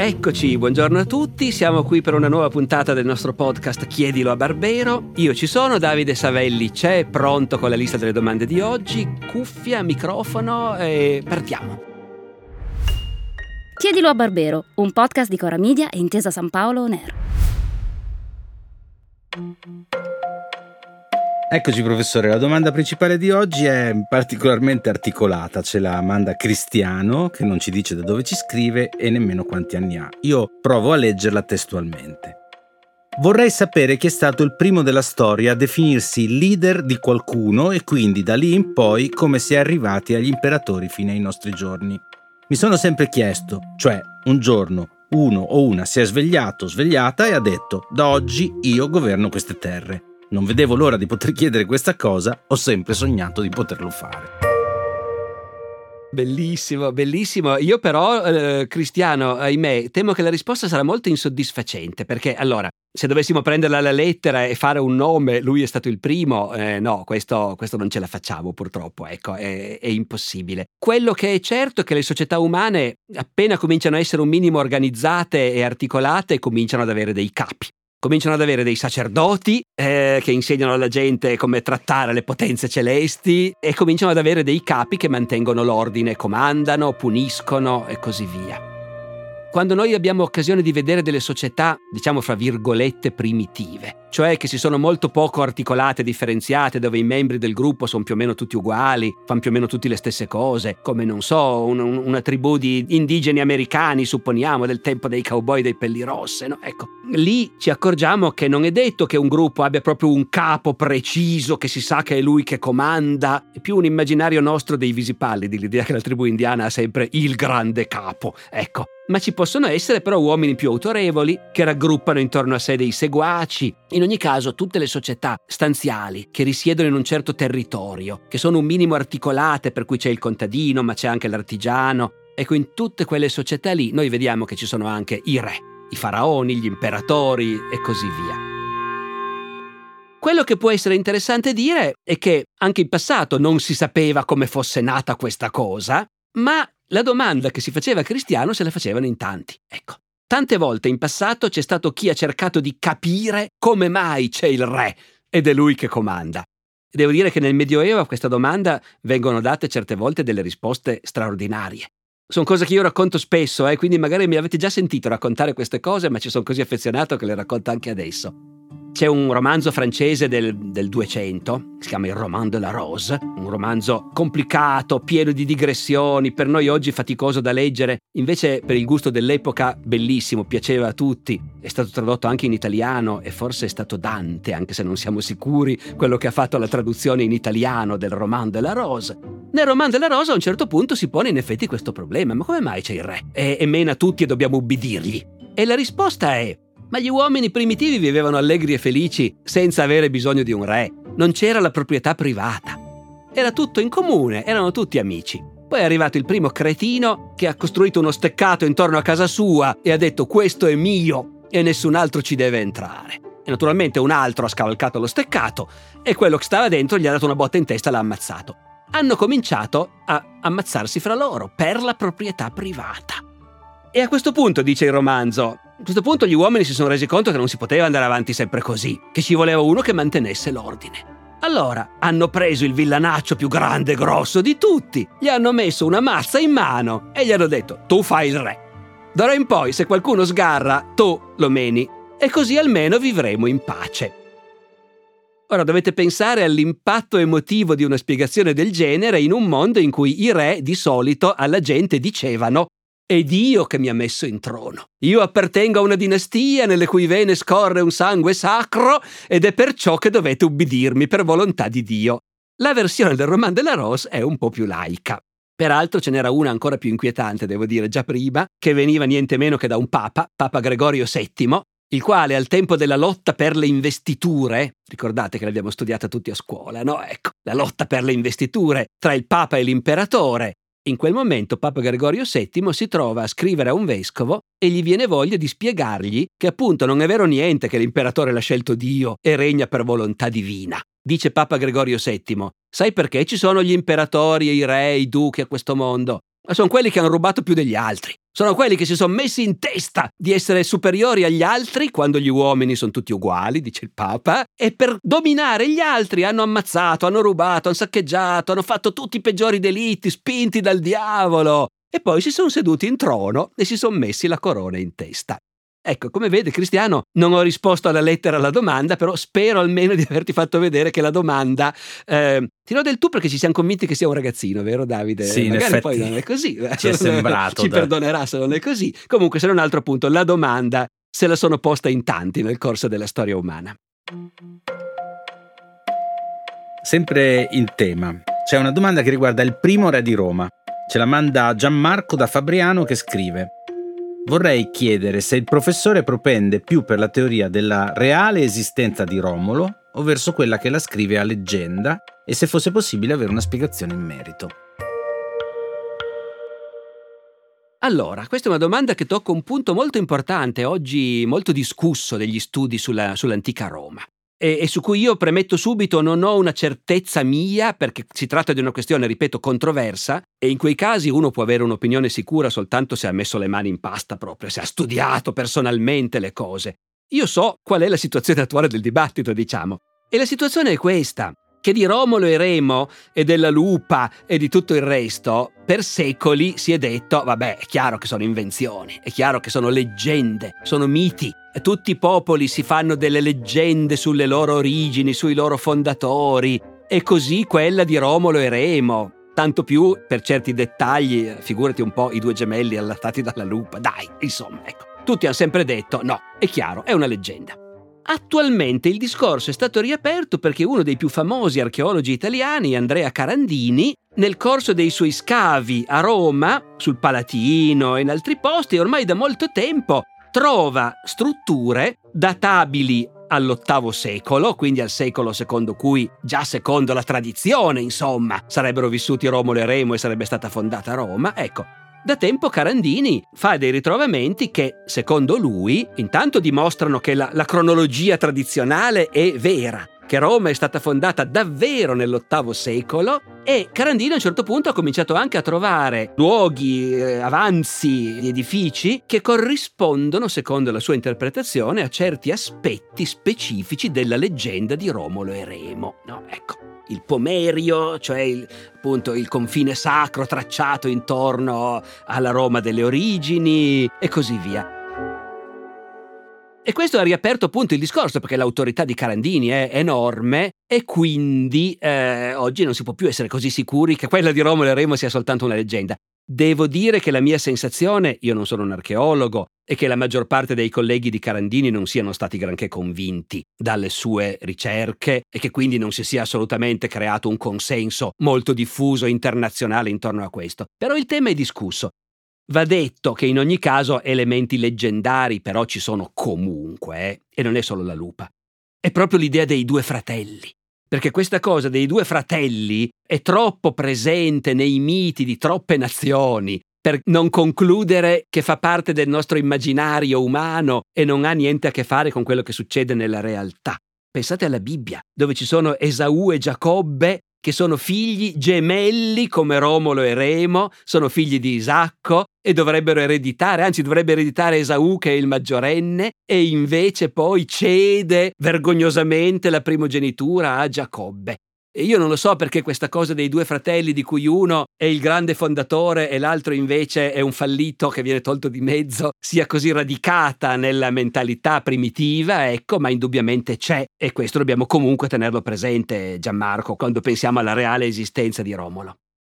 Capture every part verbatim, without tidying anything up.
Eccoci, buongiorno a tutti, siamo qui per una nuova puntata del nostro podcast Chiedilo a Barbero. Io ci sono, Davide Savelli c'è, pronto con la lista delle domande di oggi, cuffia, microfono e partiamo. Chiedilo a Barbero, un podcast di Cora Media e Intesa San Paolo On Air. Eccoci professore, la domanda principale di oggi è particolarmente articolata, ce la manda Cristiano che non ci dice da dove ci scrive e nemmeno quanti anni ha. Io provo a leggerla testualmente. Vorrei sapere chi è stato il primo della storia a definirsi leader di qualcuno e quindi da lì in poi come si è arrivati agli imperatori fino ai nostri giorni. Mi sono sempre chiesto, cioè un giorno uno o una si è svegliato, svegliata e ha detto da oggi io governo queste terre. Non vedevo l'ora di poter chiedere questa cosa, ho sempre sognato di poterlo fare. Bellissimo, bellissimo. Io però, eh, Cristiano, ahimè, temo che la risposta sarà molto insoddisfacente, perché allora, se dovessimo prenderla alla lettera e fare un nome, lui è stato il primo, eh, no, questo, questo non ce la facciamo purtroppo, ecco, è, è impossibile. Quello che è certo è che le società umane, appena cominciano a essere un minimo organizzate e articolate, cominciano ad avere dei capi. Cominciano ad avere dei sacerdoti eh, che insegnano alla gente come trattare le potenze celesti e cominciano ad avere dei capi che mantengono l'ordine, comandano, puniscono e così via. Quando noi abbiamo occasione di vedere delle società, diciamo fra virgolette, primitive, cioè che si sono molto poco articolate e differenziate, dove i membri del gruppo sono più o meno tutti uguali, fanno più o meno tutti le stesse cose, come non so, un, una tribù di indigeni americani, supponiamo, del tempo dei cowboy dei pelli rosse, no? Ecco, lì ci accorgiamo che non è detto che un gruppo abbia proprio un capo preciso, che si sa che è lui che comanda, è più un immaginario nostro dei visipallidi, l'idea che la tribù indiana ha sempre il grande capo, ecco. Ma ci possono essere però uomini più autorevoli che raggruppano intorno a sé dei seguaci. In ogni caso, tutte le società stanziali che risiedono in un certo territorio, che sono un minimo articolate, per cui c'è il contadino, ma c'è anche l'artigiano, ecco, in tutte quelle società lì noi vediamo che ci sono anche i re, i faraoni, gli imperatori e così via. Quello che può essere interessante dire è che anche in passato non si sapeva come fosse nata questa cosa, ma la domanda che si faceva a Cristiano se la facevano in tanti. Ecco, tante volte in passato c'è stato chi ha cercato di capire come mai c'è il re ed è lui che comanda. Devo dire che nel Medioevo a questa domanda vengono date certe volte delle risposte straordinarie. Sono cose che io racconto spesso, eh, quindi magari mi avete già sentito raccontare queste cose, ma ci sono così affezionato che le racconto anche adesso. C'è un romanzo francese del, del duecento, si chiama Il Roman de la Rose, un romanzo complicato, pieno di digressioni, per noi oggi faticoso da leggere, invece per il gusto dell'epoca bellissimo, piaceva a tutti, è stato tradotto anche in italiano e forse è stato Dante, anche se non siamo sicuri, quello che ha fatto la traduzione in italiano del Roman de la Rose. Nel Roman de la Rose a un certo punto si pone in effetti questo problema, ma come mai c'è il re? E, e mena tutti e dobbiamo ubbidirgli? E la risposta è: ma gli uomini primitivi vivevano allegri e felici senza avere bisogno di un re. Non c'era la proprietà privata. Era tutto in comune, erano tutti amici. Poi è arrivato il primo cretino che ha costruito uno steccato intorno a casa sua e ha detto questo è mio e nessun altro ci deve entrare. E naturalmente un altro ha scavalcato lo steccato e quello che stava dentro gli ha dato una botta in testa e l'ha ammazzato. Hanno cominciato a ammazzarsi fra loro per la proprietà privata. E a questo punto, dice il romanzo, a questo punto gli uomini si sono resi conto che non si poteva andare avanti sempre così, che ci voleva uno che mantenesse l'ordine. Allora hanno preso il villanaccio più grande e grosso di tutti, gli hanno messo una mazza in mano e gli hanno detto tu fai il re. D'ora in poi se qualcuno sgarra, tu lo meni e così almeno vivremo in pace. Ora dovete pensare all'impatto emotivo di una spiegazione del genere in un mondo in cui i re di solito alla gente dicevano è Dio che mi ha messo in trono. Io appartengo a una dinastia nelle cui vene scorre un sangue sacro ed è perciò che dovete ubbidirmi per volontà di Dio. La versione del Roman de la Rose è un po' più laica. Peraltro ce n'era una ancora più inquietante, devo dire, già prima, che veniva niente meno che da un papa, Papa Gregorio settimo, il quale al tempo della lotta per le investiture, ricordate che l'abbiamo studiata tutti a scuola, no? Ecco, la lotta per le investiture tra il papa e l'imperatore. In quel momento Papa Gregorio settimo si trova a scrivere a un vescovo e gli viene voglia di spiegargli che appunto non è vero niente che l'imperatore l'ha scelto Dio e regna per volontà divina. Dice Papa Gregorio settimo, sai perché ci sono gli imperatori e i re e i duchi a questo mondo? Ma sono quelli che hanno rubato più degli altri. Sono quelli che si sono messi in testa di essere superiori agli altri quando gli uomini sono tutti uguali, dice il Papa, e per dominare gli altri hanno ammazzato, hanno rubato, hanno saccheggiato, hanno fatto tutti i peggiori delitti, spinti dal diavolo. E poi si sono seduti in trono e si sono messi la corona in testa. Ecco, come vede Cristiano, non ho risposto alla lettera alla domanda, però spero almeno di averti fatto vedere che la domanda eh, ti do del tu perché ci siamo convinti che sia un ragazzino, vero Davide? Sì, in magari effetti poi non è così. Ci è sembrato. Ci da... perdonerà se non è così. Comunque, se non altro punto, la domanda se la sono posta in tanti nel corso della storia umana. Sempre in tema, c'è una domanda che riguarda il primo re di Roma. Ce la manda Gianmarco da Fabriano che scrive: vorrei chiedere se il professore propende più per la teoria della reale esistenza di Romolo o verso quella che la scrive a leggenda, e se fosse possibile avere una spiegazione in merito. Allora, questa è una domanda che tocca un punto molto importante, oggi molto discusso degli studi sulla, sull'antica Roma. E, e su cui io premetto subito non ho una certezza mia, perché si tratta di una questione, ripeto, controversa, e in quei casi uno può avere un'opinione sicura soltanto se ha messo le mani in pasta proprio, se ha studiato personalmente le cose. Io so qual è la situazione attuale del dibattito, diciamo, e la situazione è questa, che di Romolo e Remo e della lupa e di tutto il resto per secoli si è detto vabbè, è chiaro che sono invenzioni, è chiaro che sono leggende, sono miti. Tutti i popoli si fanno delle leggende sulle loro origini, sui loro fondatori, e così quella di Romolo e Remo. Tanto più per certi dettagli, figurati un po' i due gemelli allattati dalla lupa. Dai, insomma, ecco. Tutti hanno sempre detto no, è chiaro, è una leggenda. Attualmente il discorso è stato riaperto perché uno dei più famosi archeologi italiani, Andrea Carandini, nel corso dei suoi scavi a Roma, sul Palatino e in altri posti, ormai da molto tempo, trova strutture databili all'ottavo secolo, quindi al secolo secondo cui, già secondo la tradizione, insomma, sarebbero vissuti Romolo e Remo e sarebbe stata fondata Roma. Ecco, da tempo Carandini fa dei ritrovamenti che, secondo lui, intanto dimostrano che la, la cronologia tradizionale è vera, che Roma è stata fondata davvero nell'ottavo secolo, e Carandini a un certo punto ha cominciato anche a trovare luoghi, eh, avanzi di edifici che corrispondono, secondo la sua interpretazione, a certi aspetti specifici della leggenda di Romolo e Remo. No, ecco. Il Pomerio, cioè il, appunto il confine sacro tracciato intorno alla Roma delle origini e così via. E questo ha riaperto appunto il discorso, perché l'autorità di Carandini è enorme e quindi eh, oggi non si può più essere così sicuri che quella di Romolo e Remo sia soltanto una leggenda. Devo dire che la mia sensazione, io non sono un archeologo, è che la maggior parte dei colleghi di Carandini non siano stati granché convinti dalle sue ricerche e che quindi non si sia assolutamente creato un consenso molto diffuso internazionale intorno a questo. Però il tema è discusso. Va detto che in ogni caso elementi leggendari però ci sono comunque, eh? E non è solo la lupa. È proprio l'idea dei due fratelli. Perché questa cosa dei due fratelli è troppo presente nei miti di troppe nazioni per non concludere che fa parte del nostro immaginario umano e non ha niente a che fare con quello che succede nella realtà. Pensate alla Bibbia, dove ci sono Esaù e Giacobbe, che sono figli gemelli come Romolo e Remo, sono figli di Isacco e dovrebbero ereditare, anzi dovrebbe ereditare Esaù che è il maggiorenne, e invece poi cede vergognosamente la primogenitura a Giacobbe. E io non lo so perché questa cosa dei due fratelli, di cui uno è il grande fondatore e l'altro invece è un fallito che viene tolto di mezzo, sia così radicata nella mentalità primitiva, ecco, ma indubbiamente c'è, e questo dobbiamo comunque tenerlo presente, Gianmarco, quando pensiamo alla reale esistenza di Romolo.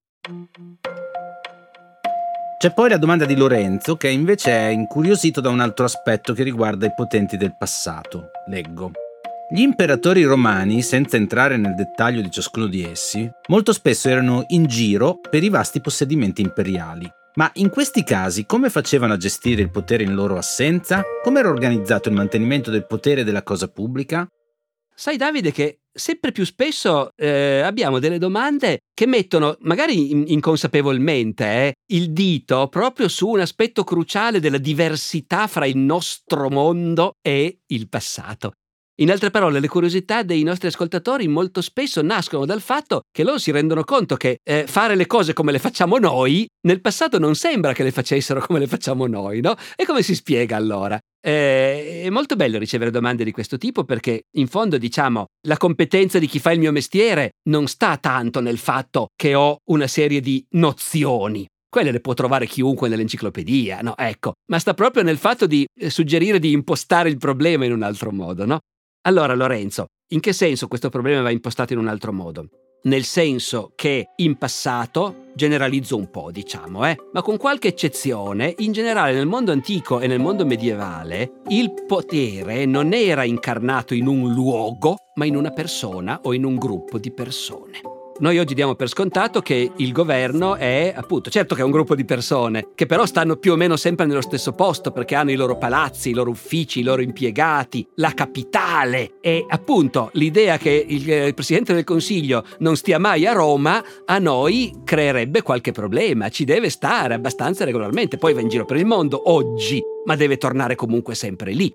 C'è poi la domanda di Lorenzo, che invece è incuriosito da un altro aspetto che riguarda i potenti del passato. Leggo. Gli imperatori romani, senza entrare nel dettaglio di ciascuno di essi, molto spesso erano in giro per i vasti possedimenti imperiali. Ma in questi casi come facevano a gestire il potere in loro assenza? Come era organizzato il mantenimento del potere della cosa pubblica? Sai Davide che sempre più spesso eh, abbiamo delle domande che mettono, magari in- inconsapevolmente, eh, il dito proprio su un aspetto cruciale della diversità fra il nostro mondo e il passato. In altre parole, le curiosità dei nostri ascoltatori molto spesso nascono dal fatto che loro si rendono conto che eh, fare le cose come le facciamo noi, nel passato non sembra che le facessero come le facciamo noi, no? E come si spiega allora? Eh, è molto bello ricevere domande di questo tipo perché in fondo, diciamo, la competenza di chi fa il mio mestiere non sta tanto nel fatto che ho una serie di nozioni. Quelle le può trovare chiunque nell'enciclopedia, no? Ecco, ma sta proprio nel fatto di eh, suggerire di impostare il problema in un altro modo, no? Allora, Lorenzo, in che senso questo problema va impostato in un altro modo? Nel senso che in passato, generalizzo un po', diciamo, eh, ma con qualche eccezione, in generale nel mondo antico e nel mondo medievale, il potere non era incarnato in un luogo, ma in una persona o in un gruppo di persone. Noi oggi diamo per scontato che il governo è, appunto, certo che è un gruppo di persone, che però stanno più o meno sempre nello stesso posto perché hanno i loro palazzi, i loro uffici, i loro impiegati, la capitale. E appunto l'idea che il, il Presidente del Consiglio non stia mai a Roma a noi creerebbe qualche problema. Ci deve stare abbastanza regolarmente, poi va in giro per il mondo oggi, ma deve tornare comunque sempre lì.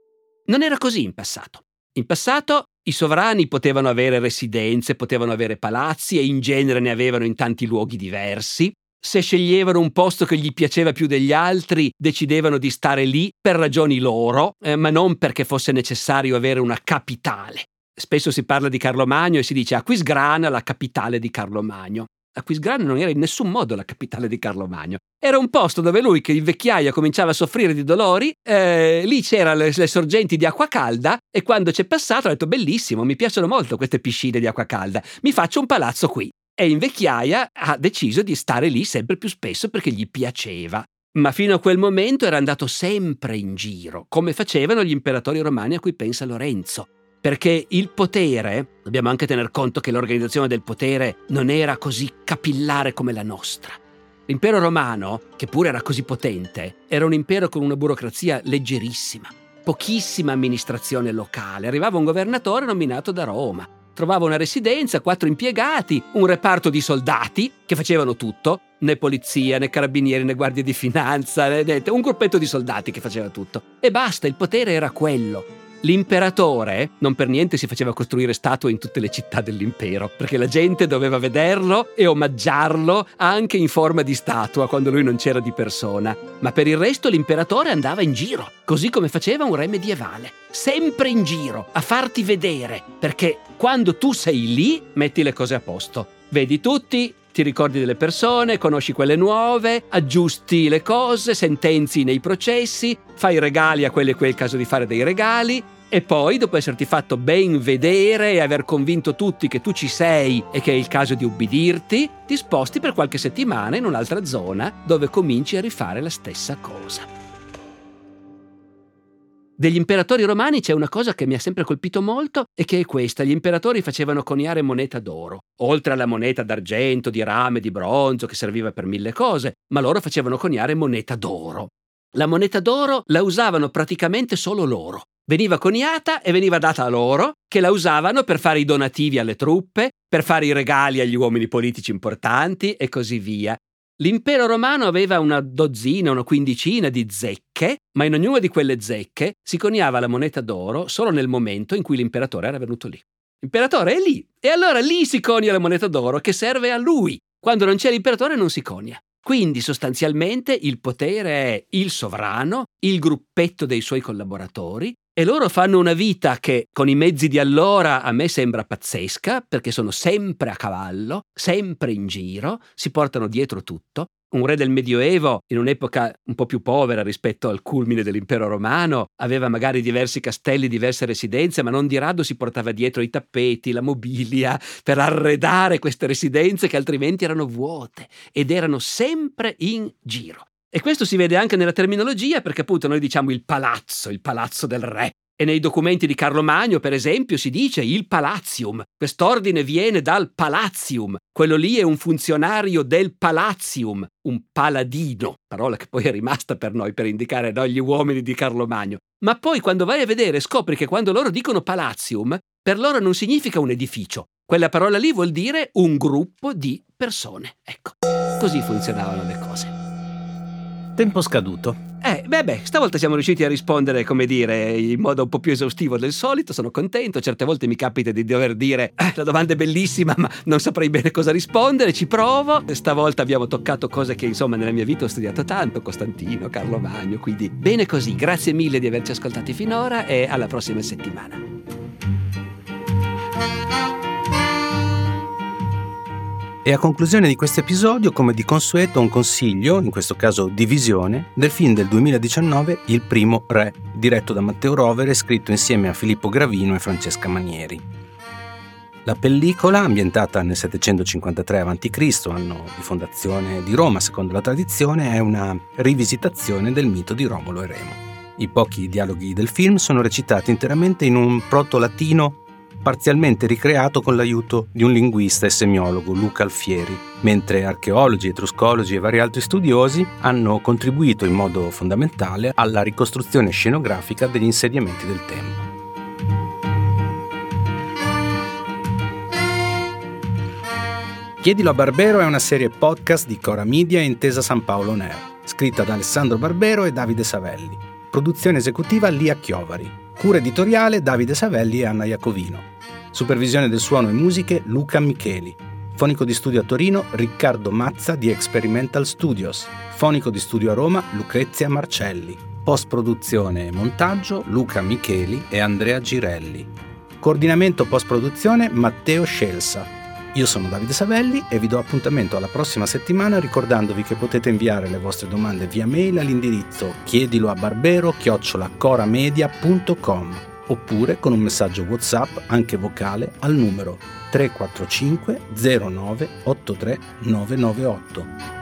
Non era così in passato. In passato i sovrani potevano avere residenze, potevano avere palazzi e in genere ne avevano in tanti luoghi diversi. Se sceglievano un posto che gli piaceva più degli altri, decidevano di stare lì per ragioni loro, eh, ma non perché fosse necessario avere una capitale. Spesso si parla di Carlo Magno e si dice Aquisgrana, la capitale di Carlo Magno. Aquisgrana non era in nessun modo la capitale di Carlo Magno. Era un posto dove lui, che in vecchiaia cominciava a soffrire di dolori, eh, lì c'erano le, le sorgenti di acqua calda e quando c'è passato ha detto bellissimo, mi piacciono molto queste piscine di acqua calda, mi faccio un palazzo qui. E in vecchiaia ha deciso di stare lì sempre più spesso perché gli piaceva. Ma fino a quel momento era andato sempre in giro, come facevano gli imperatori romani a cui pensa Lorenzo. Perché il potere, dobbiamo anche tener conto che l'organizzazione del potere non era così capillare come la nostra. L'impero romano, che pure era così potente, era un impero con una burocrazia leggerissima, pochissima amministrazione locale. Arrivava un governatore nominato da Roma, trovava una residenza, quattro impiegati, un reparto di soldati che facevano tutto, né polizia, né carabinieri, né guardie di finanza, né, un gruppetto di soldati che faceva tutto. E basta, il potere era quello. L'imperatore non per niente si faceva costruire statue in tutte le città dell'impero, perché la gente doveva vederlo e omaggiarlo anche in forma di statua quando lui non c'era di persona. Ma per il resto l'imperatore andava in giro, così come faceva un re medievale, sempre in giro, a farti vedere, perché quando tu sei lì metti le cose a posto. Vedi tutti, ti ricordi delle persone, conosci quelle nuove, aggiusti le cose, sentenzi nei processi, fai regali a quelli a cui è il caso di fare dei regali e poi, dopo esserti fatto ben vedere e aver convinto tutti che tu ci sei e che è il caso di ubbidirti, ti sposti per qualche settimana in un'altra zona dove cominci a rifare la stessa cosa. Degli imperatori romani c'è una cosa che mi ha sempre colpito molto e che è questa: gli imperatori facevano coniare moneta d'oro, oltre alla moneta d'argento, di rame, di bronzo, che serviva per mille cose, ma loro facevano coniare moneta d'oro. La moneta d'oro la usavano praticamente solo loro. Veniva coniata e veniva data a loro, che la usavano per fare i donativi alle truppe, per fare i regali agli uomini politici importanti e così via. L'impero romano aveva una dozzina, una quindicina di zecche, ma in ognuna di quelle zecche si coniava la moneta d'oro solo nel momento in cui l'imperatore era venuto lì. L'imperatore è lì, e allora lì si conia la moneta d'oro che serve a lui. Quando non c'è l'imperatore non si conia. Quindi sostanzialmente il potere è il sovrano, il gruppetto dei suoi collaboratori, e loro fanno una vita che con i mezzi di allora a me sembra pazzesca, perché sono sempre a cavallo, sempre in giro, si portano dietro tutto. Un re del Medioevo, in un'epoca un po' più povera rispetto al culmine dell'impero romano, aveva magari diversi castelli, diverse residenze, ma non di rado si portava dietro i tappeti, la mobilia, per arredare queste residenze che altrimenti erano vuote ed erano sempre in giro. E questo si vede anche nella terminologia, perché appunto noi diciamo il palazzo, il palazzo del re. E nei documenti di Carlo Magno, per esempio, si dice il palatium. Quest'ordine viene dal palatium. Quello lì è un funzionario del palatium, un paladino, parola che poi è rimasta per noi per indicare no, gli uomini di Carlo Magno. Ma poi quando vai a vedere scopri che quando loro dicono palatium, per loro non significa un edificio. Quella parola lì vuol dire un gruppo di persone. Ecco, così funzionavano le cose. Tempo scaduto. Eh, beh, beh, stavolta siamo riusciti a rispondere, come dire, in modo un po' più esaustivo del solito, sono contento. Certe volte mi capita di dover dire eh, la domanda è bellissima, ma non saprei bene cosa rispondere, ci provo. Stavolta abbiamo toccato cose che, insomma, nella mia vita ho studiato tanto, Costantino, Carlo Magno, quindi bene così. Grazie mille di averci ascoltati finora e alla prossima settimana. E a conclusione di questo episodio, come di consueto, un consiglio, in questo caso di visione, del film del duemiladiciannove Il primo re, diretto da Matteo Rovere e scritto insieme a Filippo Gravino e Francesca Manieri. La pellicola, ambientata nel settecentocinquantatré avanti Cristo, anno di fondazione di Roma secondo la tradizione, è una rivisitazione del mito di Romolo e Remo. I pochi dialoghi del film sono recitati interamente in un proto-latino parzialmente ricreato con l'aiuto di un linguista e semiologo, Luca Alfieri, mentre archeologi, etruscologi e vari altri studiosi hanno contribuito in modo fondamentale alla ricostruzione scenografica degli insediamenti del tempo. Chiedilo a Barbero è una serie podcast di Cora Media e Intesa San Paolo On Air, scritta da Alessandro Barbero e Davide Savelli. Produzione esecutiva Lia Chiovari. Cura editoriale Davide Savelli e Anna Iacovino. Supervisione del suono e musiche Luca Micheli. Fonico di studio a Torino Riccardo Mazza di Experimental Studios. Fonico di studio a Roma Lucrezia Marcelli. Post-produzione e montaggio Luca Micheli e Andrea Girelli. Coordinamento post-produzione Matteo Scelsa. Io sono Davide Savelli e vi do appuntamento alla prossima settimana ricordandovi che potete inviare le vostre domande via mail all'indirizzo chiedilo a barbero chiocciola coramedia punto com oppure con un messaggio WhatsApp anche vocale al numero tre quattro cinque zero nove otto tre nove nove otto.